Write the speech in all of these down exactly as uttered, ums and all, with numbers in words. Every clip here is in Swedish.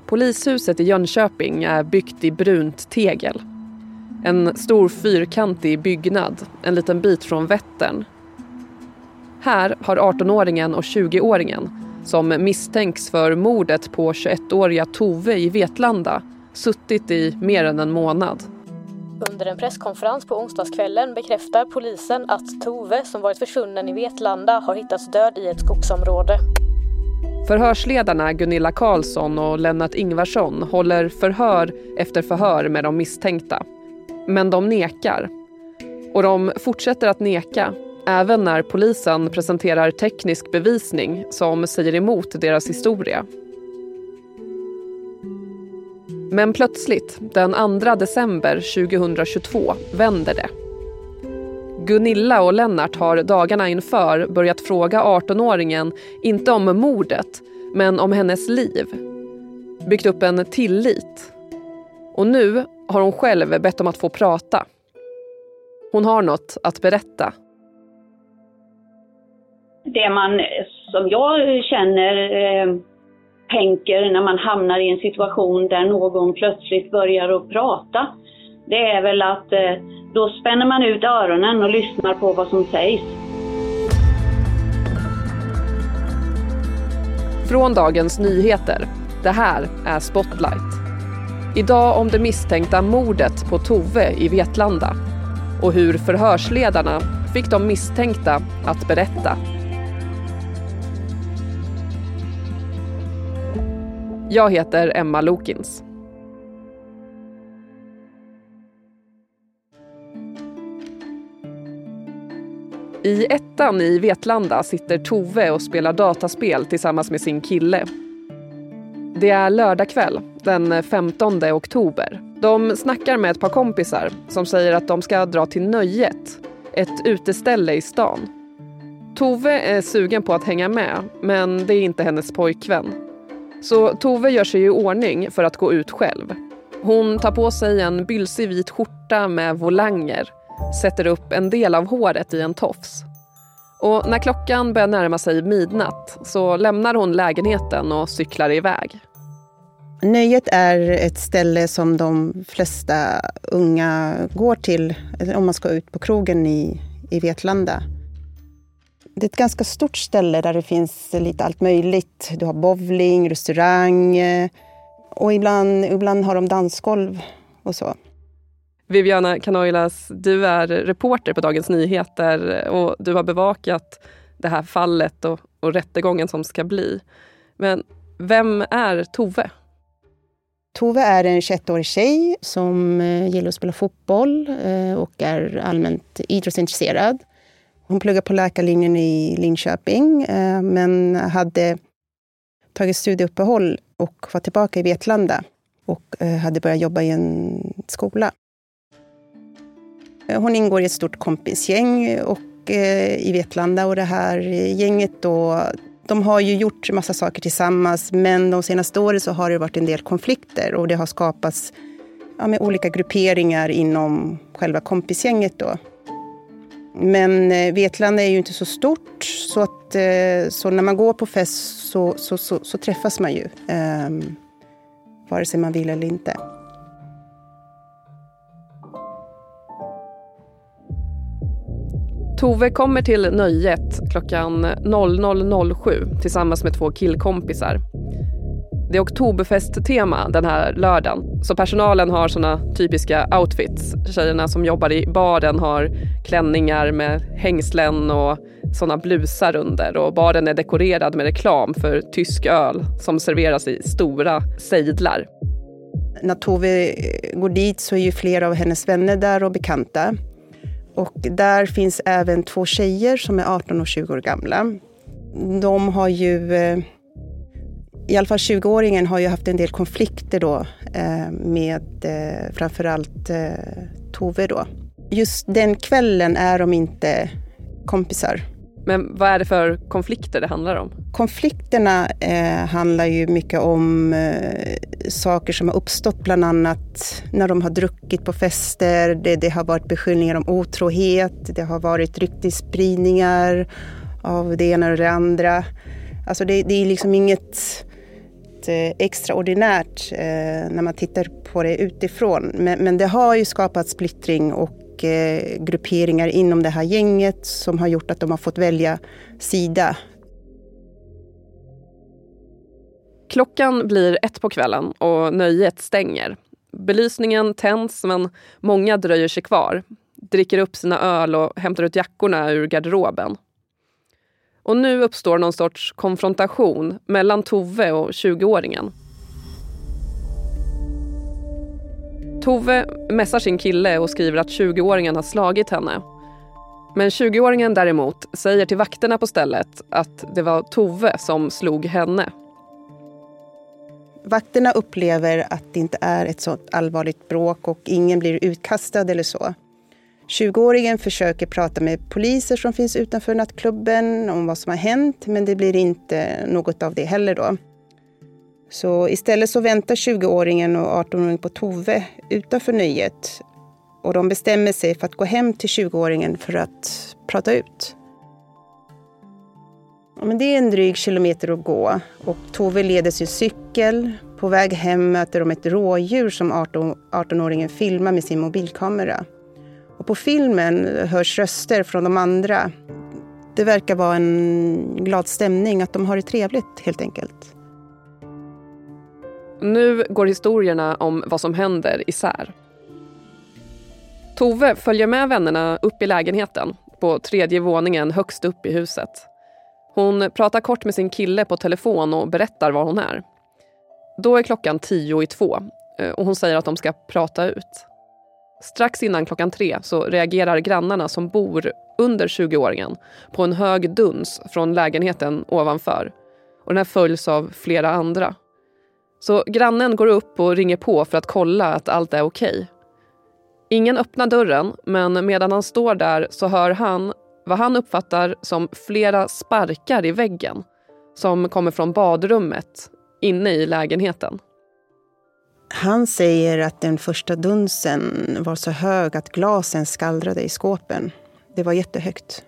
Polishuset i Jönköping är byggt i brunt tegel. En stor fyrkantig byggnad, en liten bit från Vättern. Här har artonåringen och tjugoåringen, som misstänks för mordet på tjugoettåriga Tove i Vetlanda, suttit i mer än en månad. Under en presskonferens på onsdagskvällen bekräftar polisen att Tove, som varit försvunnen i Vetlanda, har hittats död i ett skogsområde. Förhörsledarna Gunilla Karlsson och Lennart Ingvarsson håller förhör efter förhör med de misstänkta. Men de nekar. Och de fortsätter att neka, även när polisen presenterar teknisk bevisning som säger emot deras historia. Men plötsligt, den andra december tjugohundratjugotvå, vänder det. Gunilla och Lennart har dagarna inför börjat fråga artonåringen inte om mordet, men om hennes liv. Byggt upp en tillit. Och nu har hon själv bett om att få prata. Hon har något att berätta. Det man, som jag känner, eh, tänker när man hamnar i en situation där någon plötsligt börjar att prata, det är väl att eh, då spänner man ut öronen och lyssnar på vad som sägs. Från Dagens Nyheter. Det här är Spotlight. Idag om det misstänkta mordet på Tove i Vetlanda. Och hur förhörsledarna fick de misstänkta att berätta. Jag heter Emma Lokins. I ettan i Vetlanda sitter Tove och spelar dataspel tillsammans med sin kille. Det är lördagkväll, den femtonde oktober. De snackar med ett par kompisar som säger att de ska dra till Nöjet, ett uteställe i stan. Tove är sugen på att hänga med, men det är inte hennes pojkvän. Så Tove gör sig i ordning för att gå ut själv. Hon tar på sig en bylsig vit skjorta med volanger, sätter upp en del av håret i en tofs. Och när klockan börjar närma sig midnatt så lämnar hon lägenheten och cyklar iväg. Nöjet är ett ställe som de flesta unga går till om man ska ut på krogen i, i Vetlanda. Det är ett ganska stort ställe där det finns lite allt möjligt. Du har bowling, restaurang och ibland, ibland har de dansgolv och så. Viviana Canoilas, du är reporter på Dagens Nyheter och du har bevakat det här fallet och, och rättegången som ska bli. Men vem är Tove? Tove är en tjugoettårig tjej som gillar att spela fotboll och är allmänt idrottsintresserad. Hon pluggar på läkarlinjen i Linköping men hade tagit studieuppehåll och var tillbaka i Vetlanda och hade börjat jobba i en skola. Hon ingår i ett stort kompisgäng och, i Vetlanda och det här gänget då, de har ju gjort massa saker tillsammans men de senaste åren så har det varit en del konflikter och det har skapats ja, med olika grupperingar inom själva kompisgänget då. Men Vetlanda är ju inte så stort så att så när man går på fest så, så, så, så träffas man ju eh, vare sig man vill eller inte. Tove kommer till Nöjet klockan noll noll noll sju tillsammans med två killkompisar. Det är oktoberfest-tema den här lördagen, så personalen har såna typiska outfits. Tjejerna som jobbar i baren har klänningar med hängslen och såna blusar under. Och baren är dekorerad med reklam för tysk öl som serveras i stora sejdlar. När Tove går dit så är ju flera av hennes vänner där och bekanta. Och där finns även två tjejer som är arton och tjugo år gamla. De har ju, i alla fall tjugoåringen har ju haft en del konflikter då med framförallt Tove då. Just den kvällen är de inte kompisar. Men vad är det för konflikter det handlar om? Konflikterna eh, handlar ju mycket om eh, saker som har uppstått bland annat när de har druckit på fester. Det, det har varit beskyllningar om otrohet, det har varit ryktesspridningar av det ena och det andra. Alltså det, det är liksom inget, något eh, extraordinärt eh, när man tittar på det utifrån. Men, men det har ju skapat splittring och eh, grupperingar inom det här gänget som har gjort att de har fått välja sida. Klockan blir ett på kvällen och nöjet stänger. Belysningen tänds men många dröjer sig kvar. Dricker upp sina öl och hämtar ut jackorna ur garderoben. Och nu uppstår någon sorts konfrontation mellan Tove och tjugoåringen. Tove mässar sin kille och skriver att tjugoåringen har slagit henne. Men tjugoåringen däremot säger till vakterna på stället att det var Tove som slog henne. Vakterna upplever att det inte är ett så allvarligt bråk och ingen blir utkastad eller så. tjugoåringen försöker prata med poliser som finns utanför nattklubben om vad som har hänt, men det blir inte något av det heller då. Så istället så väntar tjugoåringen och artonåringen på Tove utanför nöjet. Och de bestämmer sig för att gå hem till tjugoåringen för att prata ut. Ja, men det är en dryg kilometer att gå och Tove leder sin cykel. På väg hem möter de ett rådjur som artonåringen filmar med sin mobilkamera. Och på filmen hörs röster från de andra. Det verkar vara en glad stämning, att de har det trevligt helt enkelt. Nu går historierna om vad som händer isär. Tove följer med vännerna upp i lägenheten på tredje våningen högst upp i huset. Hon pratar kort med sin kille på telefon och berättar var hon är. Då är klockan tio i två och hon säger att de ska prata ut. Strax innan klockan tre så reagerar grannarna som bor under tjugoåringen på en hög duns från lägenheten ovanför. Och den här följs av flera andra. Så grannen går upp och ringer på för att kolla att allt är okej. Ingen öppnar dörren, men medan han står där så hör han vad han uppfattar som flera sparkar i väggen som kommer från badrummet inne i lägenheten. Han säger att den första dunsen var så hög att glasen skallrade i skåpen. Det var jättehögt.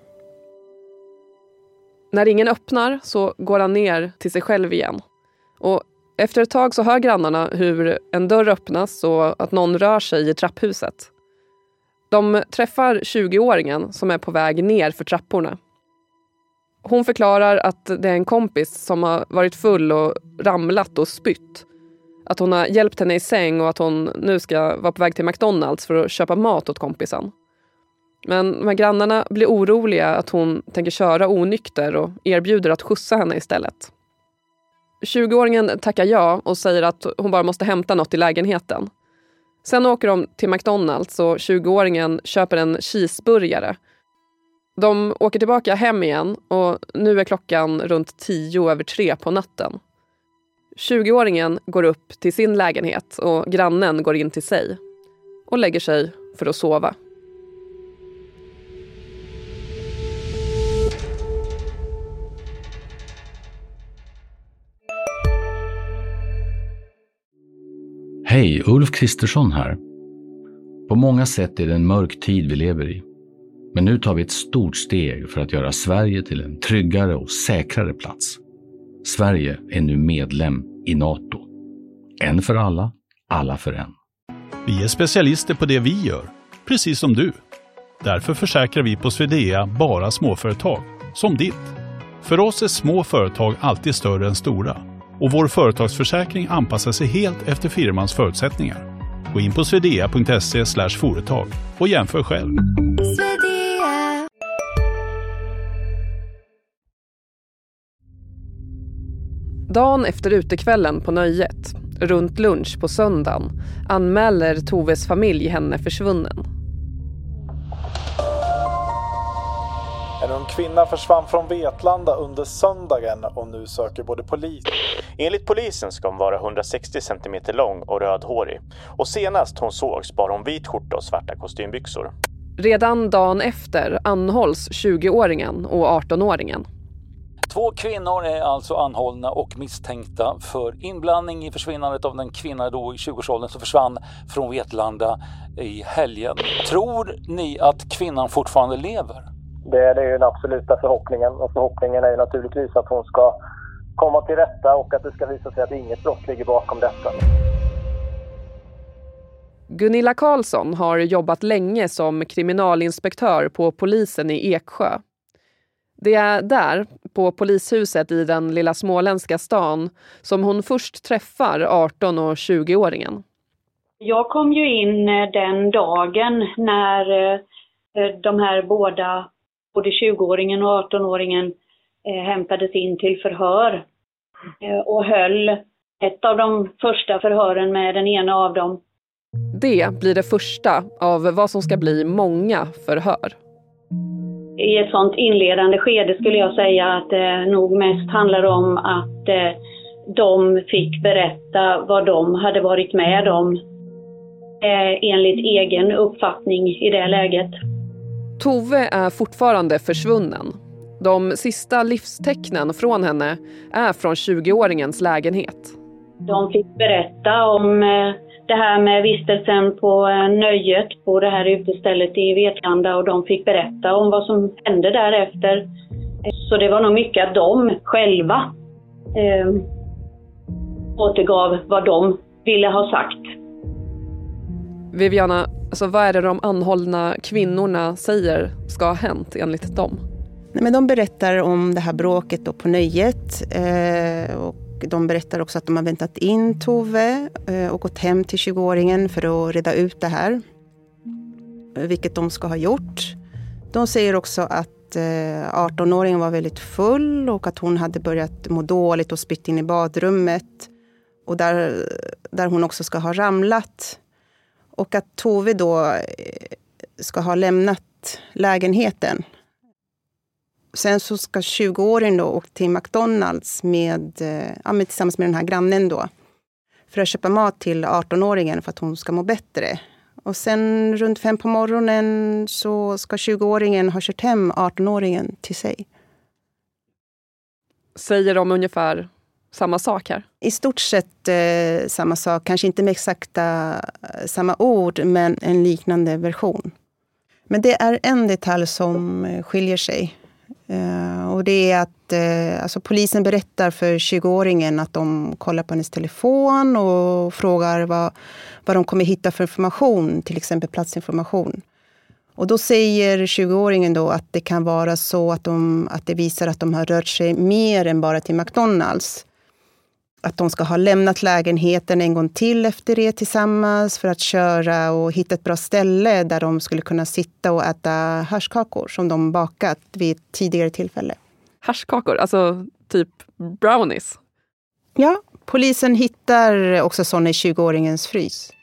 När ingen öppnar så går han ner till sig själv igen. Och efter ett tag så hör grannarna hur en dörr öppnas och att någon rör sig i trapphuset. De träffar tjugoåringen som är på väg ner för trapporna. Hon förklarar att det är en kompis som har varit full och ramlat och spytt. Att hon har hjälpt henne i säng och att hon nu ska vara på väg till McDonalds för att köpa mat åt kompisen. Men de här grannarna blir oroliga att hon tänker köra onykter och erbjuder att skjutsa henne istället. tjugoåringen tackar ja och säger att hon bara måste hämta något i lägenheten. Sen åker de till McDonalds och tjugoåringen köper en cheeseburgare. De åker tillbaka hem igen och nu är klockan runt tio över tre på natten. tjugoåringen går upp till sin lägenhet och grannen går in till sig och lägger sig för att sova. Hej, Ulf Kristersson här. På många sätt är det en mörk tid vi lever i. Men nu tar vi ett stort steg för att göra Sverige till en tryggare och säkrare plats. Sverige är nu medlem i NATO. En för alla, alla för en. Vi är specialister på det vi gör, precis som du. Därför försäkrar vi på Swedea bara småföretag, som ditt. För oss är små företag alltid större än stora. Och vår företagsförsäkring anpassar sig helt efter firmans förutsättningar. Gå in på swedea punkt se slash företag och jämför själv. Swedea. Dagen efter utekvällen på nöjet, runt lunch på söndagen, anmäler Toves familj henne försvunnen. En ung kvinna försvann från Vetlanda under söndagen och nu söker både polis. Enligt polisen ska hon vara hundrasextio centimeter lång och rödhårig. Och senast hon sågs bar hon vit skjorta och svarta kostymbyxor. Redan dagen efter anhålls tjugoåringen och artonåringen. Två kvinnor är alltså anhållna och misstänkta för inblandning i försvinnandet av den kvinna då i tjugoårsåldern som försvann från Vetlanda i helgen. Tror ni att kvinnan fortfarande lever? Det är ju den absoluta förhoppningen, och förhoppningen är ju naturligtvis att hon ska komma till rätta och att det ska visa sig att inget brott ligger bakom detta. Gunilla Karlsson har jobbat länge som kriminalinspektör på polisen i Eksjö. Det är där, på polishuset i den lilla småländska stan, som hon först träffar arton- och tjugoåringen. Jag kom ju in den dagen när de här båda, både tjugoåringen och artonåringen, hämtades in till förhör och höll ett av de första förhören med den ena av dem. Det blir det första av vad som ska bli många förhör. I ett sånt inledande skede skulle jag säga att det nog mest handlar om att de fick berätta vad de hade varit med om enligt egen uppfattning i det läget. Tove är fortfarande försvunnen. De sista livstecknen från henne är från tjugoåringens lägenhet. De fick berätta om det här med vistelsen på nöjet på det här utestället i Vetlanda, och de fick berätta om vad som hände därefter. Så det var nog mycket att de själva eh, återgav vad de ville ha sagt. Viviana, alltså vad är det de anhållna kvinnorna säger ska ha hänt enligt dem? Nej, men de berättar om det här bråket då på nöjet eh, och de berättar också att de har väntat in Tove eh, och gått hem till tjugoåringen för att reda ut det här. Vilket de ska ha gjort. De säger också att eh, artonåringen var väldigt full och att hon hade börjat må dåligt och spytt in i badrummet. Och där, där hon också ska ha ramlat. Och att Tove då ska ha lämnat lägenheten. Sen så ska tjugoåringen då åka till McDonalds med, ja, med, tillsammans med den här grannen då. För att köpa mat till artonåringen för att hon ska må bättre. Och sen runt fem på morgonen så ska tjugoåringen ha kört hem artonåringen till sig. Säger de ungefär samma sak här? I stort sett eh, samma sak. Kanske inte med exakta eh, samma ord, men en liknande version. Men det är en detalj som eh, skiljer sig. Uh, och det är att uh, alltså polisen berättar för tjugoåringen att de kollar på hennes telefon och frågar vad, vad de kommer hitta för information, till exempel platsinformation. Och då säger tjugoåringen då att det kan vara så att, de, att det visar att de har rört sig mer än bara till McDonalds. Att de ska ha lämnat lägenheten en gång till efter det tillsammans för att köra och hitta ett bra ställe där de skulle kunna sitta och äta härskakor som de bakat vid ett tidigare tillfälle. Härskakor, alltså typ brownies? Ja, polisen hittar också sådana i tjugoåringens frys.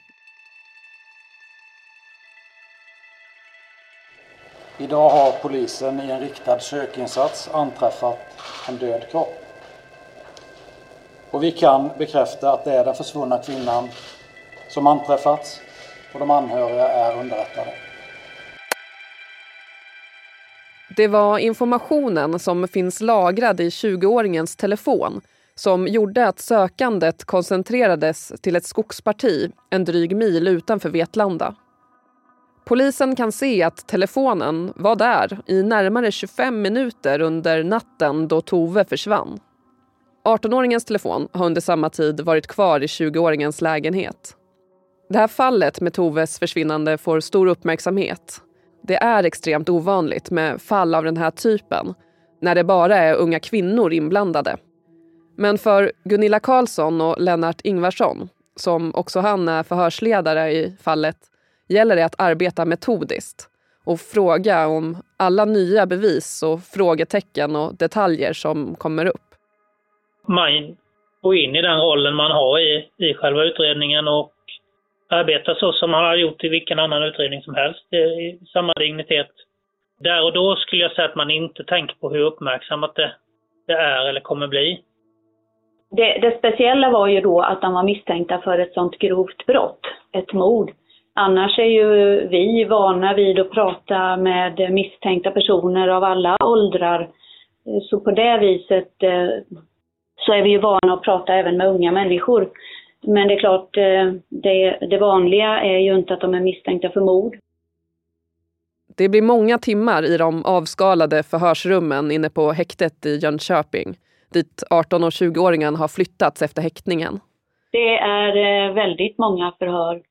Idag har polisen i en riktad sökinsats anträffat en död kropp. Och vi kan bekräfta att det är den försvunna kvinnan som anträffats och de anhöriga är underrättade. Det var informationen som finns lagrad i tjugoåringens telefon som gjorde att sökandet koncentrerades till ett skogsparti en dryg mil utanför Vetlanda. Polisen kan se att telefonen var där i närmare tjugofem minuter under natten då Tove försvann. artonåringens telefon har under samma tid varit kvar i tjugoåringens lägenhet. Det här fallet med Toves försvinnande får stor uppmärksamhet. Det är extremt ovanligt med fall av den här typen, när det bara är unga kvinnor inblandade. Men för Gunilla Karlsson och Lennart Ingvarsson, som också han är förhörsledare i fallet, gäller det att arbeta metodiskt och fråga om alla nya bevis och frågetecken och detaljer som kommer upp. Man går in i den rollen man har i, i själva utredningen och arbetar så som man har gjort i vilken annan utredning som helst, i samma dignitet. Där och då skulle jag säga att man inte tänker på hur uppmärksammat det, det är eller kommer bli. Det, det speciella var ju då att de var misstänkta för ett sånt grovt brott, ett mord. Annars är ju vi vana vid att prata med misstänkta personer av alla åldrar. Så på det viset så är vi ju vana att prata även med unga människor. Men det är klart, det, det vanliga är ju inte att de är misstänkta för mord. Det blir många timmar i de avskalade förhörsrummen inne på häktet i Jönköping dit arton- och tjugoåringen har flyttats efter häktningen. Det är väldigt många förhör.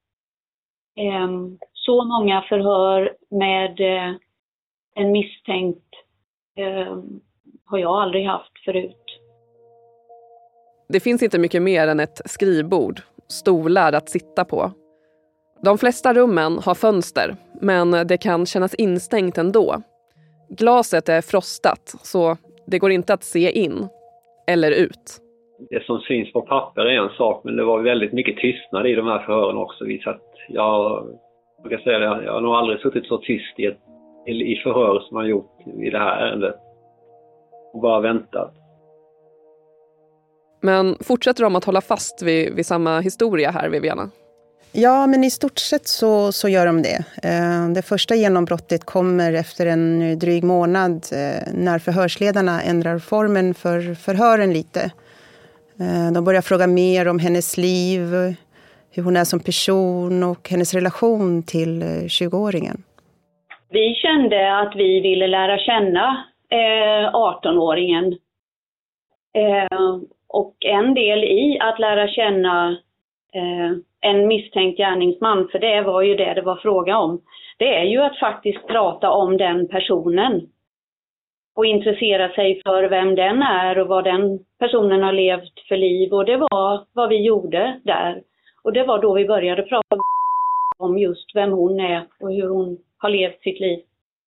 Så många förhör med en misstänkt har jag aldrig haft förut. Det finns inte mycket mer än ett skrivbord, stolar att sitta på. De flesta rummen har fönster, men det kan kännas instängt ändå. Glaset är frostat, så det går inte att se in eller ut. Det som syns på papper är en sak, men det var väldigt mycket tystnad i de här förhören också. Så att jag, jag kan säga det, jag har nog aldrig suttit så tyst i, ett, i förhör som jag har gjort i det här ärendet. Och bara väntat. Men fortsätter de att hålla fast vid, vid samma historia här, Viviana? Ja, men i stort sett så, så gör de det. Det första genombrottet kommer efter en dryg månad när förhörsledarna ändrar formen för förhören lite. De börjar fråga mer om hennes liv, hur hon är som person och hennes relation till tjugoåringen. Vi kände att vi ville lära känna eh, arton-åringen. Eh, och en del i att lära känna eh, en misstänkt gärningsman, för det var ju det det var fråga om. Det är ju att faktiskt prata om den personen. Och intressera sig för vem den är och vad den personen har levt för liv. Och det var vad vi gjorde där. Och det var då vi började prata om just vem hon är och hur hon har levt sitt liv.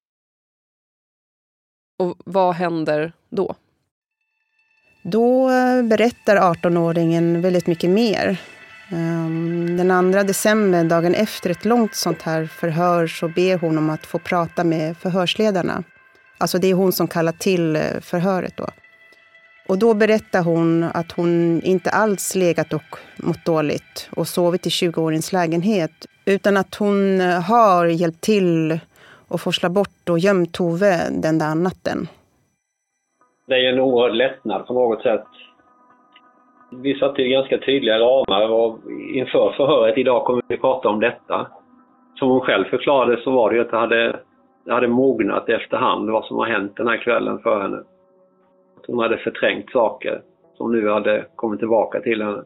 Och vad händer då? Då berättar arton-åringen väldigt mycket mer. Den andra december, dagen efter ett långt sånt här förhör, så ber hon om att få prata med förhörsledarna. Alltså det är hon som kallar till förhöret då. Och då berättar hon att hon inte alls legat och mått dåligt och sovit i tjugoåringens lägenhet, utan att hon har hjälpt till att forsla bort och gömt Tove den där natten. Det är en oerhörd lättnad på något sätt. Vi satte ju ganska tydliga ramar och inför förhöret idag kommer vi prata om detta. Som hon själv förklarade så var det ju att det hade, det hade mognat efterhand vad som har hänt den här kvällen för henne. Att hon hade förträngt saker som nu hade kommit tillbaka till henne.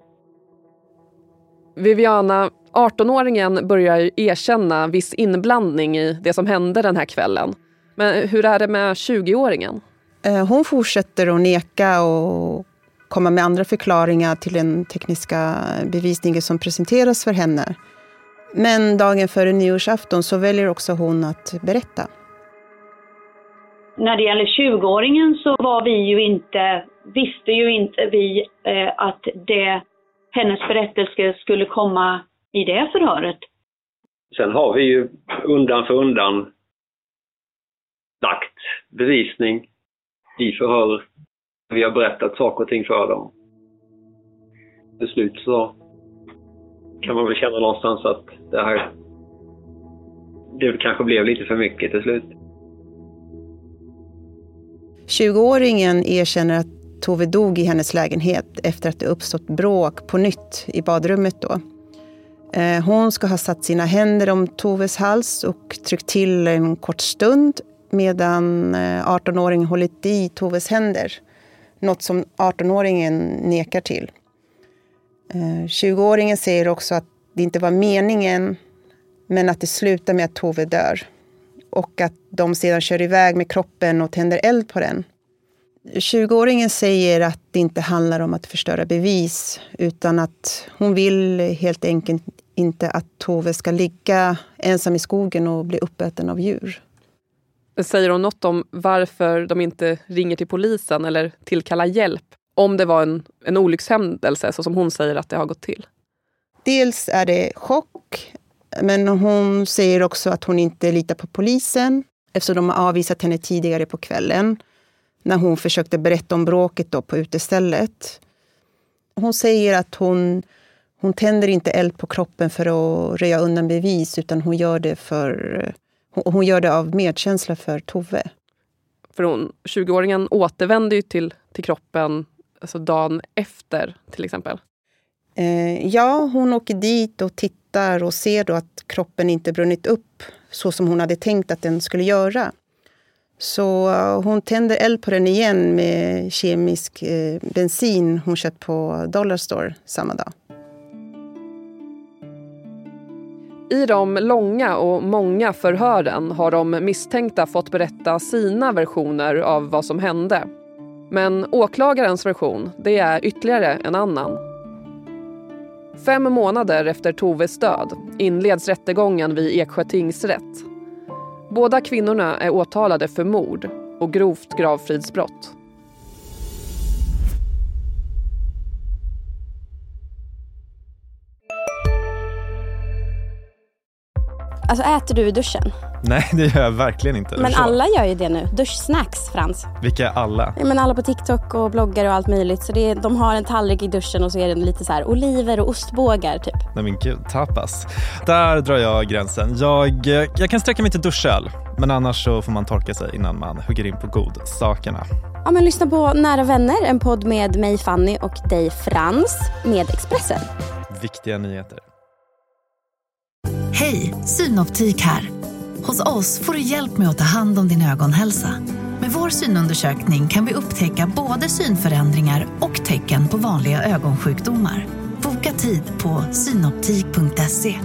Viviana, arton-åringen börjar ju erkänna viss inblandning i det som hände den här kvällen. Men hur är det med tjugoåringen? Hon fortsätter att neka och komma med andra förklaringar till den tekniska bevisningen som presenteras för henne. Men dagen före nyårsafton så väljer också hon att berätta. När det gäller tjugoåringen så var vi ju inte, visste ju inte vi eh, att det, hennes berättelse skulle komma i det förhöret. Sen har vi ju undan för undan lagt bevisning i förhör. Vi har berättat saker och ting för dem. Till slut så kan man väl känna någonstans att det här det kanske blev lite för mycket till slut. tjugoåringen erkänner att Tove dog i hennes lägenhet efter att det uppstått bråk på nytt i badrummet då. Hon ska ha satt sina händer om Toves hals och tryckt till en kort stund medan arton-åringen hållit i Toves händer. Något som arton-åringen nekar till. tjugoåringen säger också att det inte var meningen, men att det slutar med att Tove dör. Och att de sedan kör iväg med kroppen och tänder eld på den. tjugoåringen säger att det inte handlar om att förstöra bevis, utan att hon vill helt enkelt inte att Tove ska ligga ensam i skogen och bli uppäten av djur. Säger hon något om varför de inte ringer till polisen eller tillkallar hjälp om det var en, en olyckshändelse så som hon säger att det har gått till? Dels är det chock, men hon säger också att hon inte litar på polisen eftersom de har avvisat henne tidigare på kvällen när hon försökte berätta om bråket då på utestället. Hon säger att hon, hon tänder inte eld på kroppen för att röja undan bevis, utan hon gör det för... Hon gör det av medkänsla för Tove. För hon, tjugoåringen återvänder ju till, till kroppen alltså dagen efter till exempel. Eh, ja, hon åker dit och tittar och ser då att kroppen inte brunnit upp så som hon hade tänkt att den skulle göra. Så hon tänder eld på den igen med kemisk eh, bensin hon köpt på Dollar Store samma dag. I de långa och många förhören har de misstänkta fått berätta sina versioner av vad som hände. Men åklagarens version, det är ytterligare en annan. Fem månader efter Toves död inleds rättegången vid Eksjö tingsrätt. Båda kvinnorna är åtalade för mord och grovt gravfridsbrott. Alltså äter du i duschen? Nej, det gör jag verkligen inte. Men alla gör ju det nu. Duschsnacks, Frans. Vilka är alla? Ja, men alla på TikTok och bloggar och allt möjligt. Så det är, de har en tallrik i duschen och så är det lite så här oliver och ostbågar typ. Nej men gud, tapas. Där drar jag gränsen. Jag, jag kan sträcka mig till duschöl. Men annars så får man torka sig innan man hugger in på god sakerna. Ja, men lyssna på Nära vänner, en podd med mig Fanny och dig Frans med Expressen. Viktiga nyheter. Hej, Synoptik här. Hos oss får du hjälp med att ta hand om din ögonhälsa. Med vår synundersökning kan vi upptäcka både synförändringar och tecken på vanliga ögonsjukdomar. Boka tid på synoptik punkt se.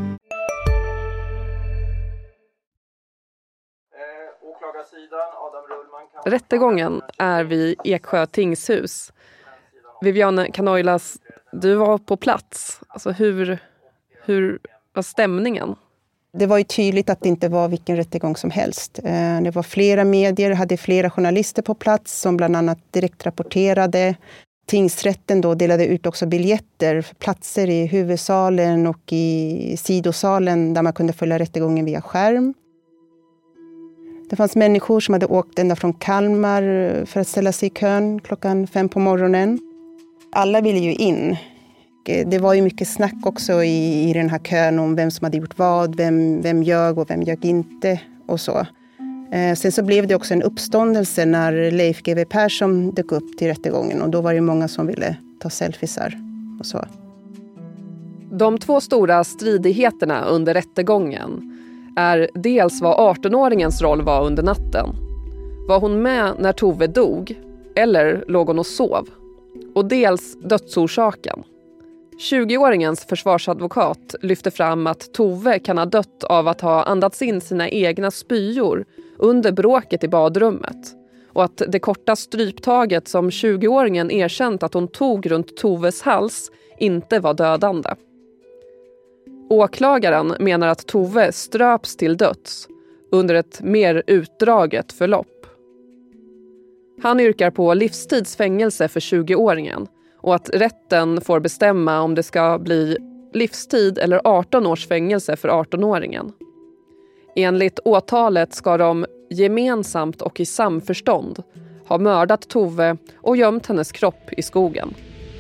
Rättegången är vid Eksjö tingshus. Viviane Canoilas, du var på plats. Alltså hur, hur var stämningen? Det var ju tydligt att det inte var vilken rättegång som helst. Det var flera medier, hade flera journalister på plats som bland annat direkt rapporterade. Tingsrätten då delade ut också biljetter för platser i huvudsalen och i sidosalen där man kunde följa rättegången via skärm. Det fanns människor som hade åkt ända från Kalmar för att ställa sig i kön klockan fem på morgonen. Alla ville ju in. Det var ju mycket snack också i, i den här kön om vem som hade gjort vad, vem, vem ljög och vem ljög inte och så. Eh, sen så blev det också en uppståndelse när Leif G W Persson dök upp till rättegången och då var det många som ville ta selfiesar och så. De två stora stridigheterna under rättegången är dels vad arton-åringens roll var under natten. Var hon med när Tove dog eller låg hon och sov? Och dels dödsorsaken. tjugoåringens försvarsadvokat lyfter fram att Tove kan ha dött av att ha andats in sina egna spyor under bråket i badrummet och att det korta stryptaget som tjugoåringen erkänt att hon tog runt Toves hals inte var dödande. Åklagaren menar att Tove ströps till döds under ett mer utdraget förlopp. Han yrkar på livstidsfängelse för tjugoåringen och att rätten får bestämma om det ska bli livstid eller arton års fängelse för arton-åringen. Enligt åtalet ska de gemensamt och i samförstånd ha mördat Tove och gömt hennes kropp i skogen.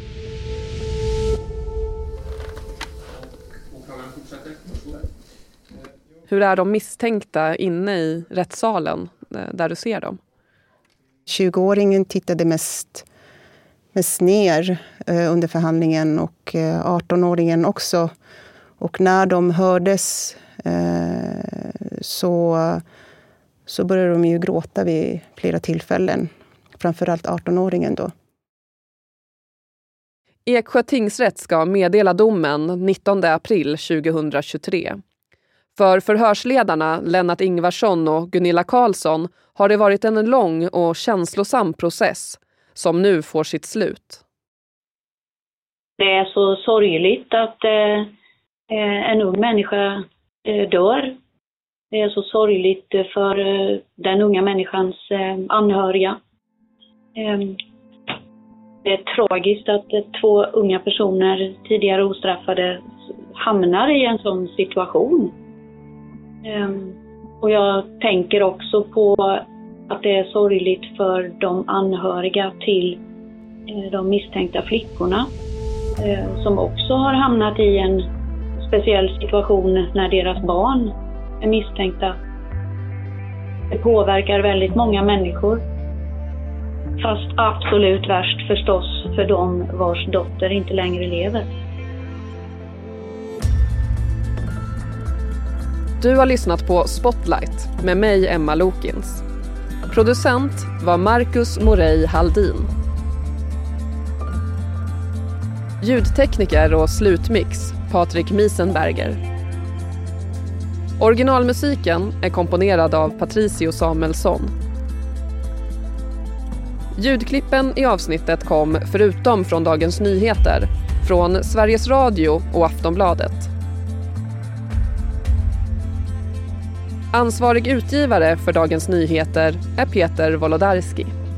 Hur är de misstänkta inne i rättssalen där du ser dem? tjugoåringen tittade mest, mest ner eh, under förhandlingen och eh, arton-åringen också. Och när de hördes eh, så, så började de ju gråta vid flera tillfällen. Framförallt arton-åringen då. Eksjö tingsrätt ska meddela domen nittonde april tjugohundratjugotre. För förhörsledarna Lennart Ingvarsson och Gunilla Karlsson har det varit en lång och känslosam process som nu får sitt slut. Det är så sorgligt att eh, en ung människa eh, dör. Det är så sorgligt för eh, den unga människans eh, anhöriga. Eh, det är tragiskt att eh, två unga personer, tidigare ostraffade, hamnar i en sån situation. Um, och jag tänker också på att det är sorgligt för de anhöriga till uh, de misstänkta flickorna uh, som också har hamnat i en speciell situation när deras barn är misstänkta. Det påverkar väldigt många människor. Fast absolut värst förstås för dem vars dotter inte längre lever. Du har lyssnat på Spotlight med mig, Emma Lokins. Producent var Marcus Morey Haldin. Ljudtekniker och slutmix Patrik Miesenberger. Originalmusiken är komponerad av Patricio Samuelsson. Ljudklippen i avsnittet kom förutom från Dagens Nyheter från Sveriges Radio och Aftonbladet. Ansvarig utgivare för Dagens Nyheter är Peter Wolodarski.